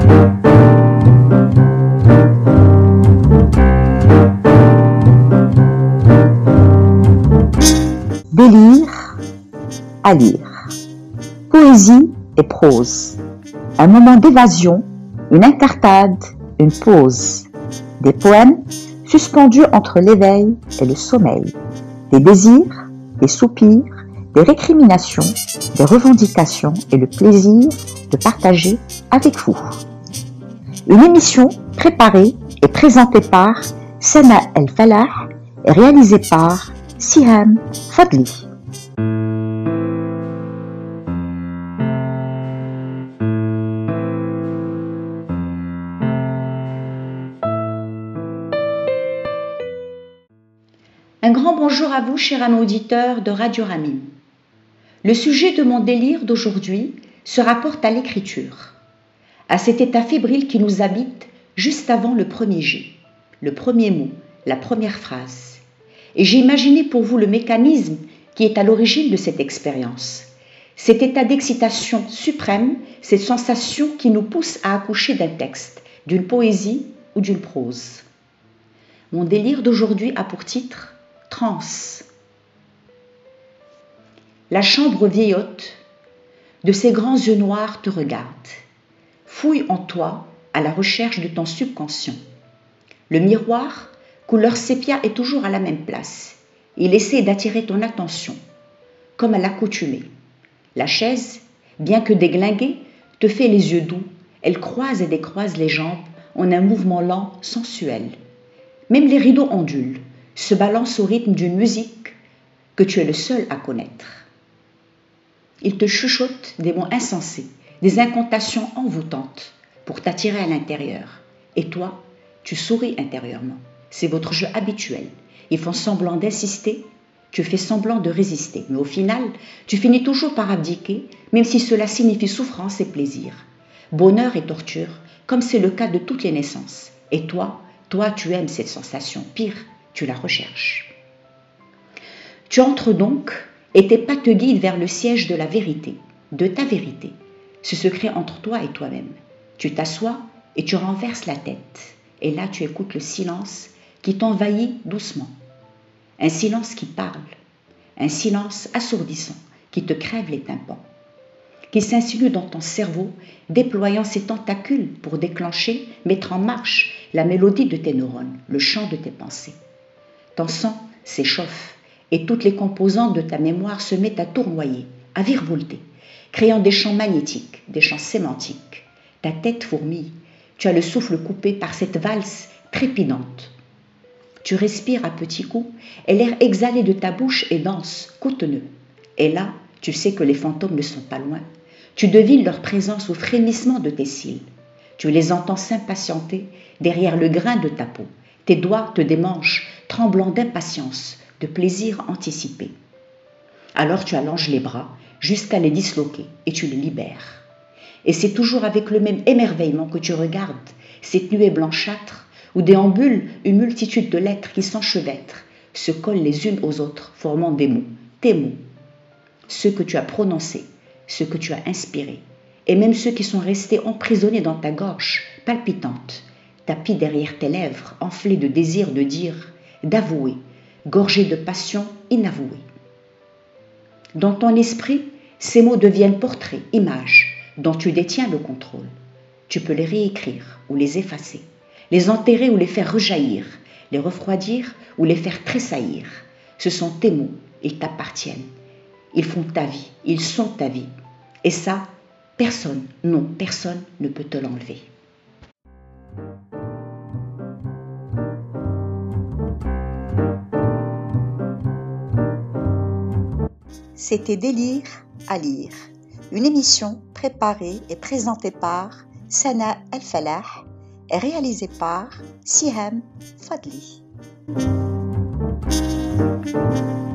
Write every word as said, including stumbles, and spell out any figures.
Délire à lire. Poésie et prose. Un moment d'évasion, une incartade, une pause. Des poèmes suspendus entre l'éveil et le sommeil. Des désirs, des soupirs, des récriminations, des revendications et le plaisir de partager avec vous. Une émission préparée et présentée par Sana El Falah et réalisée par Siham Fadli. Un grand bonjour à vous, chers amis auditeurs de Radio Ramim. Le sujet de mon délire d'aujourd'hui se rapporte à l'écriture, à cet état fébrile qui nous habite juste avant le premier jet, le premier mot, la première phrase. Et j'ai imaginé pour vous le mécanisme qui est à l'origine de cette expérience, cet état d'excitation suprême, cette sensation qui nous pousse à accoucher d'un texte, d'une poésie ou d'une prose. Mon délire d'aujourd'hui a pour titre « Transe ». La chambre vieillotte de ses grands yeux noirs te regarde, fouille en toi à la recherche de ton subconscient. Le miroir, couleur sépia, est toujours à la même place. Il essaie d'attirer ton attention, comme à l'accoutumée. La chaise, bien que déglinguée, te fait les yeux doux. Elle croise et décroise les jambes en un mouvement lent, sensuel. Même les rideaux ondulent, se balancent au rythme d'une musique que tu es le seul à connaître. Il te chuchote des mots insensés, des incantations envoûtantes pour t'attirer à l'intérieur. Et toi, tu souris intérieurement. C'est votre jeu habituel. Ils font semblant d'insister, tu fais semblant de résister. Mais au final, tu finis toujours par abdiquer, même si cela signifie souffrance et plaisir. Bonheur et torture, comme c'est le cas de toutes les naissances. Et toi, toi, tu aimes cette sensation. Pire, tu la recherches. Tu entres donc et tes pas te guident vers le siège de la vérité, de ta vérité, ce secret entre toi et toi-même. Tu t'assois et tu renverses la tête. Et là, tu écoutes le silence qui t'envahit doucement. Un silence qui parle, un silence assourdissant qui te crève les tympans, qui s'insinue dans ton cerveau, déployant ses tentacules pour déclencher, mettre en marche la mélodie de tes neurones, le chant de tes pensées. Ton sang s'échauffe et toutes les composantes de ta mémoire se mettent à tournoyer, à virevolter, créant des champs magnétiques, des champs sémantiques. Ta tête fourmille, tu as le souffle coupé par cette valse trépidante. Tu respires à petits coups et l'air exhalé de ta bouche est dense, cotonneux. Et là, tu sais que les fantômes ne sont pas loin. Tu devines leur présence au frémissement de tes cils. Tu les entends s'impatienter derrière le grain de ta peau. Tes doigts te démanchent, tremblant d'impatience, de plaisir anticipé. Alors tu allonges les bras jusqu'à les disloquer et tu les libères. Et c'est toujours avec le même émerveillement que tu regardes cette nuée blanchâtre où déambule une multitude de lettres qui s'enchevêtrent, se collent les unes aux autres, formant des mots, tes mots, ceux que tu as prononcés, ceux que tu as inspirés, et même ceux qui sont restés emprisonnés dans ta gorge, palpitante, tapis derrière tes lèvres, enflés de désir de dire, d'avouer, gorgés de passion inavouée. Dans ton esprit, ces mots deviennent portraits, images, dont tu détiens le contrôle. Tu peux les réécrire ou les effacer, les enterrer ou les faire rejaillir, les refroidir ou les faire tressaillir. Ce sont tes mots, ils t'appartiennent. Ils font ta vie, ils sont ta vie. Et ça, personne, non, personne ne peut te l'enlever. C'était Délire à lire, une émission préparée et présentée par Sana El Falah et réalisée par Siham Fadli.